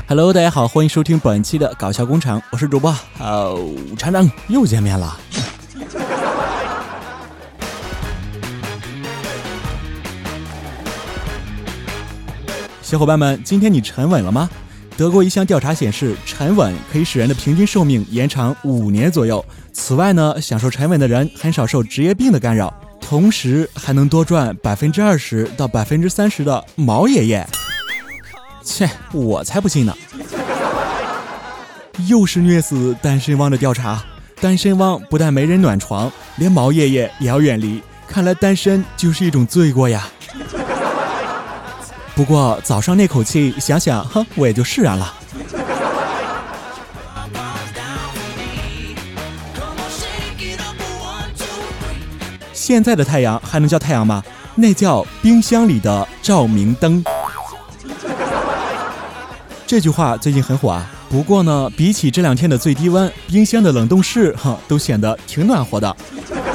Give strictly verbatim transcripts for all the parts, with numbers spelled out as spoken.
Hello， 大家好，欢迎收听本期的搞笑工厂，我是主播好厂长，又见面了。小伙伴们，今天你沉稳了吗？德国一项调查显示，沉稳可以使人的平均寿命延长五年左右。此外呢，享受沉稳的人很少受职业病的干扰，同时还能多赚百分之二十到百分之三十的毛爷爷。切，我才不信呢！又是虐死单身汪的调查，单身汪不但没人暖床，连毛爷爷也要远离。看来单身就是一种罪过呀。不过早上那口气，想想，哼，我也就释然了。现在的太阳还能叫太阳吗？那叫冰箱里的照明灯。这句话最近很火啊，不过呢，比起这两天的最低温，冰箱的冷冻室哈都显得挺暖和的。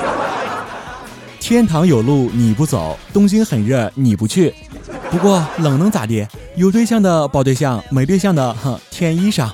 天堂有路你不走，东京很热你不去。不过冷能咋地？有对象的抱对象，没对象的哼添衣裳。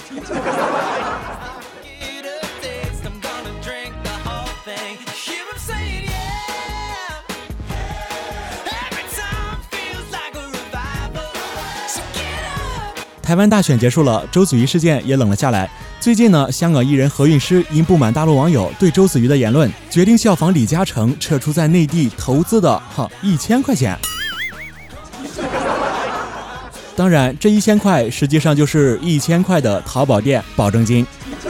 台湾大选结束了，周子瑜事件也冷了下来。最近呢，香港艺人何韵诗因不满大陆网友对周子瑜的言论，决定效仿李嘉诚撤出在内地投资的哈一千块钱。当然，这一千块实际上就是一千块的淘宝店保证金。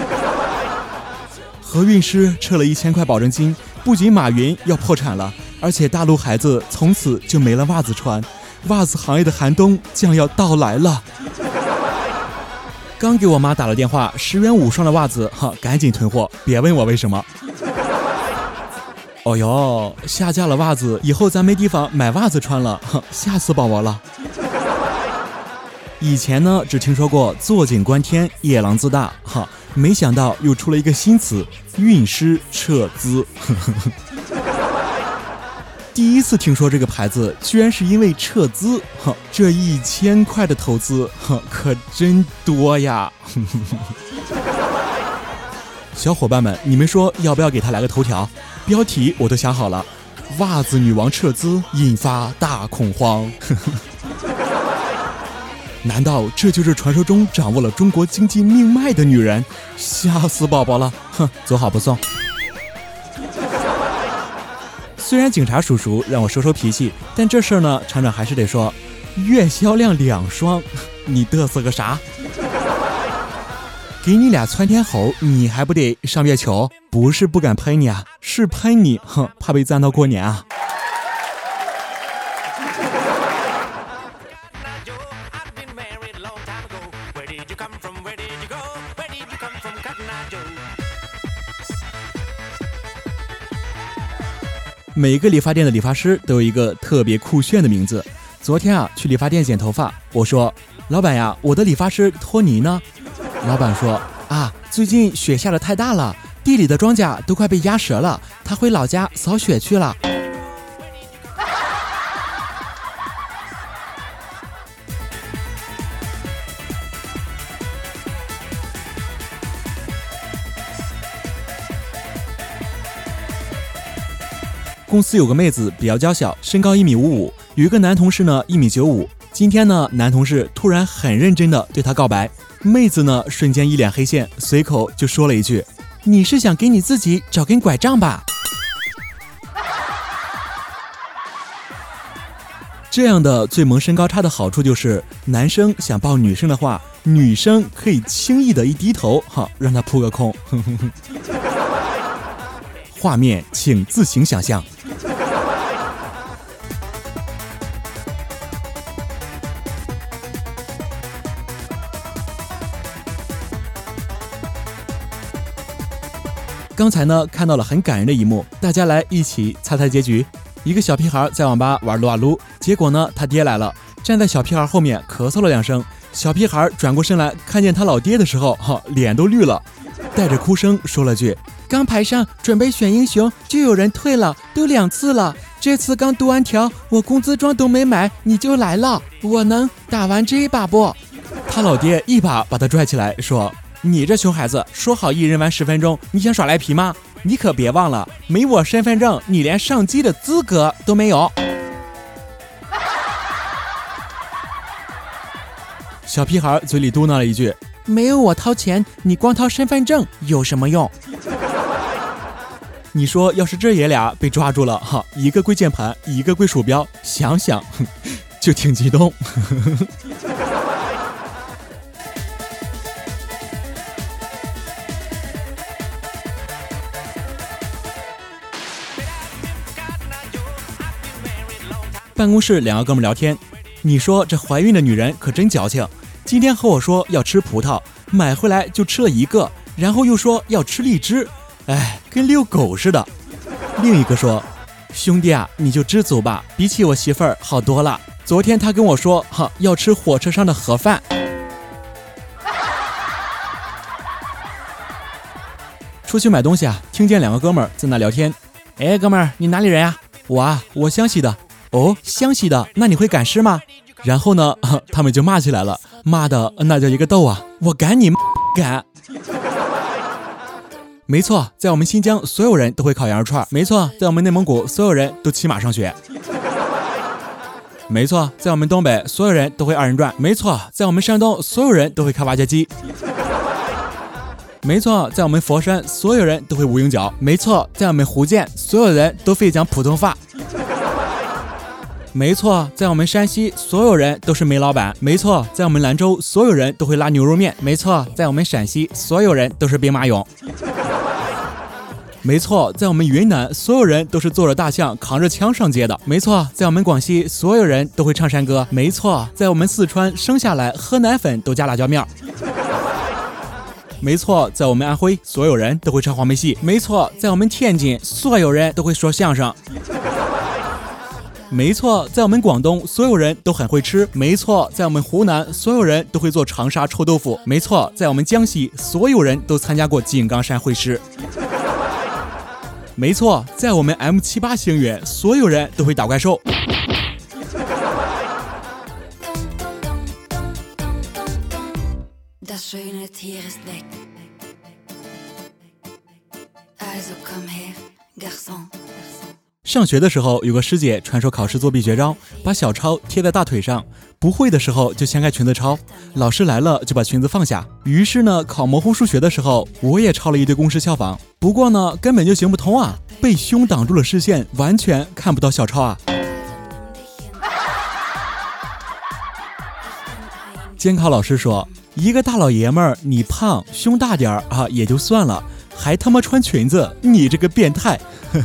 何韵诗撤了一千块保证金，不仅马云要破产了，而且大陆孩子从此就没了袜子穿，袜子行业的寒冬将要到来了。刚给我妈打了电话，十元五双的袜子，哈，赶紧囤货，别问我为什么。哦哟，下架了袜子，以后咱没地方买袜子穿了，哈，吓死宝宝了。以前呢，只听说过坐井观天，夜郎自大，哈，没想到又出了一个新词，运尸撤资。第一次听说这个牌子，居然是因为撤资，哈，这一千块的投资，哈，可真多呀！小伙伴们，你们说要不要给他来个头条？标题我都想好了：袜子女王撤资引发大恐慌。难道这就是传说中掌握了中国经济命脉的女人？吓死宝宝了！哼，走好不送。虽然警察叔叔让我收收脾气，但这事儿呢，厂长还是得说，月销量两双，你嘚瑟个啥？给你俩窜天猴，你还不得上月球？不是不敢喷你啊，是喷你，哼，怕被赞到过年啊。每个理发店的理发师都有一个特别酷炫的名字。昨天啊，去理发店剪头发，我说：“老板呀，我的理发师托尼呢？”老板说：“啊，最近雪下的太大了，地里的庄稼都快被压折了，他回老家扫雪去了。”公司有个妹子比较娇小，身高一米五五，有一个男同事呢一米九五。今天呢，男同事突然很认真的对他告白，妹子呢瞬间一脸黑线，随口就说了一句：“你是想给你自己找根拐杖吧？”这样的最萌身高差的好处就是，男生想抱女生的话，女生可以轻易的一低头，哈，让他扑个空。画面请自行想象。刚才呢看到了很感人的一幕，大家来一起猜猜结局。一个小屁孩在网吧玩撸啊撸，结果呢他爹来了，站在小屁孩后面咳嗽了两声，小屁孩转过身来看见他老爹的时候，哈，脸都绿了，带着哭声说了句：“刚排上准备选英雄，就有人退了，都两次了。这次刚读完条，我工资装都没买，你就来了，我能打完这一把不？” 他老爹一把把他拽起来说，你这熊孩子，说好一人玩十分钟，你想耍赖皮吗？你可别忘了，没我身份证你连上机的资格都没有。小屁孩嘴里嘟囔了一句，没有我掏钱，你光掏身份证有什么用？你说要是这爷俩被抓住了哈，一个跪键盘，一个跪鼠标，想想就挺激动。办公室两个哥们聊天，你说这怀孕的女人可真矫情，今天和我说要吃葡萄，买回来就吃了一个，然后又说要吃荔枝，哎，跟遛狗似的。另一个说，兄弟啊，你就知足吧，比起我媳妇儿好多了。昨天他跟我说哈，要吃火车上的盒饭。出去买东西啊，听见两个哥们儿在那聊天。哎，哥们儿，你哪里人啊？我啊，我湘西的。哦，湘西的，那你会赶尸吗？然后呢，他们就骂起来了，骂的那叫一个逗啊！我赶你赶。没错，在我们新疆，所有人都会烤羊肉串。没错，在我们内蒙古，所有人都骑马上学。没错，在我们东北，所有人都会二人转。没错，在我们山东，所有人都会开挖掘机。没错，在我们佛山，所有人都会无影脚。没错，在我们福建，所有人都会讲普通话。没错，在我们山西，所有人都是煤老板。没错，在我们兰州，所有人都会拉牛肉面。没错，在我们陕西，所有人都是兵马俑。没错，在我们云南，所有人都是坐着大象扛着枪上街的。没错，在我们广西，所有人都会唱山歌。没错，在我们四川，生下来喝奶粉都加辣椒面。没错，在我们安徽，所有人都会唱黄梅戏。没错，在我们天津，所有人都会说相声。没错，在我们广东，所有人都很会吃。没错，在我们湖南，所有人都会做长沙臭豆腐。没错，在我们江西，所有人都参加过井冈山会师。没错，在我们 M 七八 星云，所有人都会打怪兽。上学的时候，有个师姐传授考试作弊绝招，把小抄贴在大腿上，不会的时候就掀开裙子抄，老师来了就把裙子放下。于是呢，考模糊数学的时候，我也抄了一堆公式效仿，不过呢，根本就行不通啊，被胸挡住了视线，完全看不到小抄啊。监考老师说，一个大老爷们儿，你胖胸大点儿啊也就算了，还他妈穿裙子，你这个变态。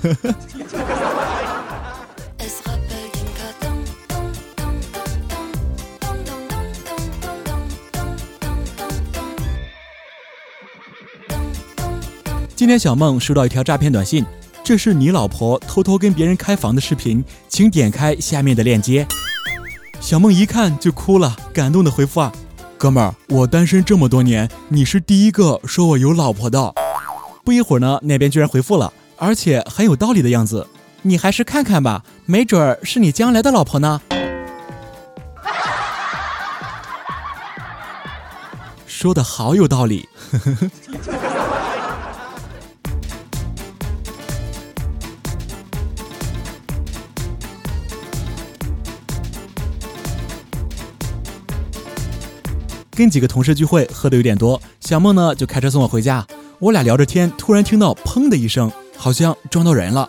今天小梦收到一条诈骗短信，这是你老婆偷偷跟别人开房的视频，请点开下面的链接。小梦一看就哭了，感动的回复啊，哥们儿，我单身这么多年，你是第一个说我有老婆的。不一会儿呢，那边居然回复了，而且很有道理的样子，你还是看看吧，没准儿是你将来的老婆呢。说的好有道理。呵呵呵。跟几个同事聚会，喝的有点多，小梦呢就开车送我回家。我俩聊着天，突然听到砰的一声，好像撞到人了。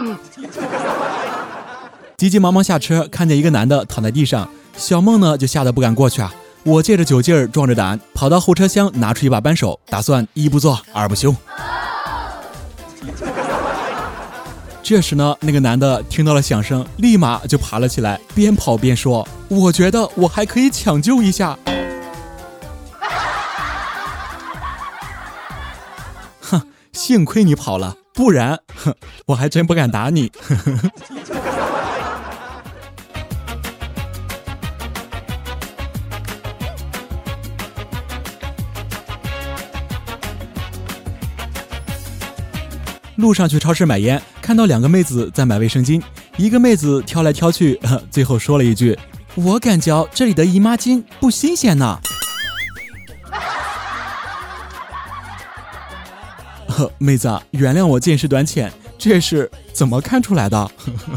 急急忙忙下车，看见一个男的躺在地上，小梦呢就吓得不敢过去啊。我借着酒劲儿，壮着胆跑到后车厢，拿出一把扳手，打算一不做二不休。这时呢，那个男的听到了响声，立马就爬了起来，边跑边说，我觉得我还可以抢救一下。哼，幸亏你跑了，不然哼，我还真不敢打你。路上去超市买烟，看到两个妹子在买卫生巾，一个妹子挑来挑去，最后说了一句，我感觉这里的姨妈巾不新鲜呢。 呵，妹子啊，原谅我见识短浅，这是怎么看出来的？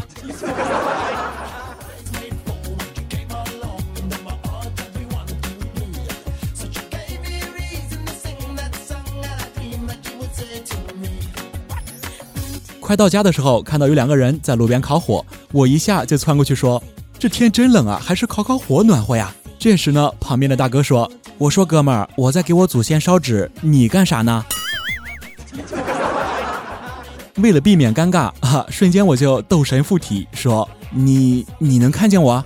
快到家的时候，看到有两个人在路边烤火，我一下就窜过去说：“这天真冷啊，还是烤烤火暖和呀。”这时呢，旁边的大哥说：“我说哥们儿，我在给我祖先烧纸，你干啥呢？”为了避免尴尬啊，瞬间我就斗神附体，说：“你你能看见我？”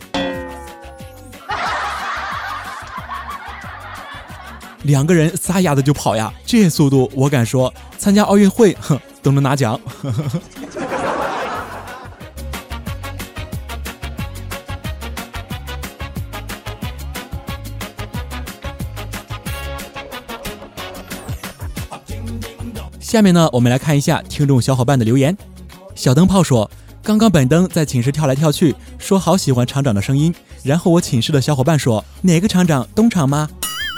两个人撒丫子就跑呀，这速度我敢说，参加奥运会哼都能拿奖。下面呢，我们来看一下听众小伙伴的留言。小灯泡说，刚刚本灯在寝室跳来跳去，说好喜欢厂长的声音，然后我寝室的小伙伴说，哪个厂长，东厂吗？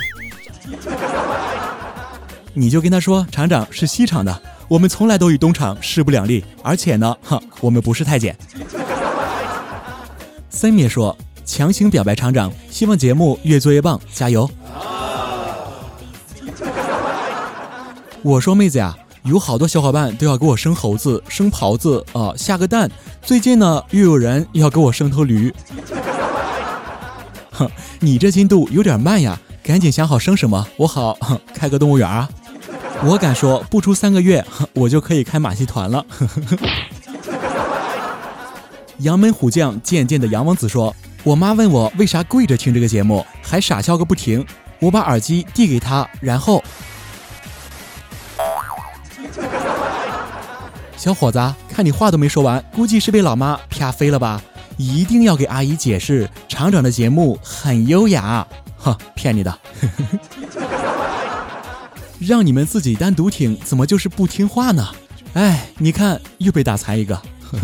你就跟他说，厂长是西厂的，我们从来都与东厂势不两立，而且呢，哼，我们不是太监。森灭说，强行表白厂长，希望节目越做越棒，加油。我说妹子呀，有好多小伙伴都要给我生猴子、生狍子啊、呃，下个蛋。最近呢，又有人要给我生头驴。哼，你这进度有点慢呀，赶紧想好生什么，我好开个动物园啊。我敢说，不出三个月，我就可以开马戏团了。杨门虎将渐渐的杨王子说，我妈问我为啥跪着听这个节目，还傻笑个不停。我把耳机递给她，然后。小伙子，看你话都没说完，估计是被老妈啪飞了吧？一定要给阿姨解释，厂长的节目很优雅。哼，骗你的。让你们自己单独听，怎么就是不听话呢？哎，你看又被打残一个。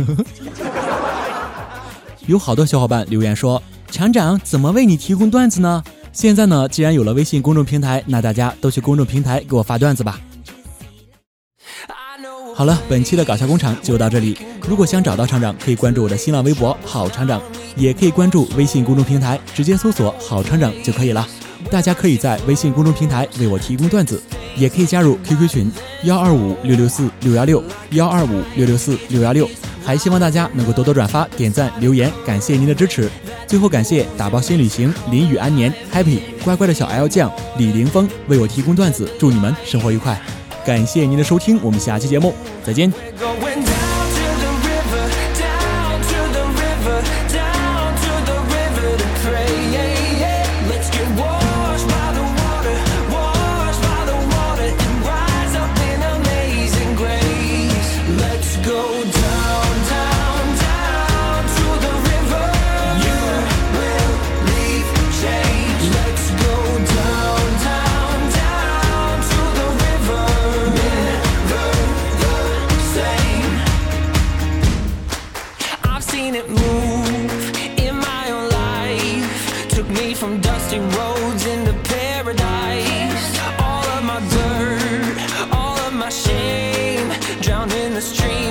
有好多小伙伴留言说，厂长怎么为你提供段子呢？现在呢，既然有了微信公众平台，那大家都去公众平台给我发段子吧。好了，本期的搞笑工厂就到这里。如果想找到厂长，可以关注我的新浪微博好厂长，也可以关注微信公众平台，直接搜索好厂长就可以了。大家可以在微信公众平台为我提供段子，也可以加入 Q Q 群幺二五六六四六幺六幺二五六六四六幺六。还希望大家能够多多转发、点赞、留言，感谢您的支持。最后感谢打包新旅行、林雨安年、Happy、乖乖的小 L 酱、李凌峰为我提供段子，祝你们生活愉快。感谢您的收听，我们下期节目再见。 From dusty roads into paradise, all of my dirt, all of my shame drowned in the stream.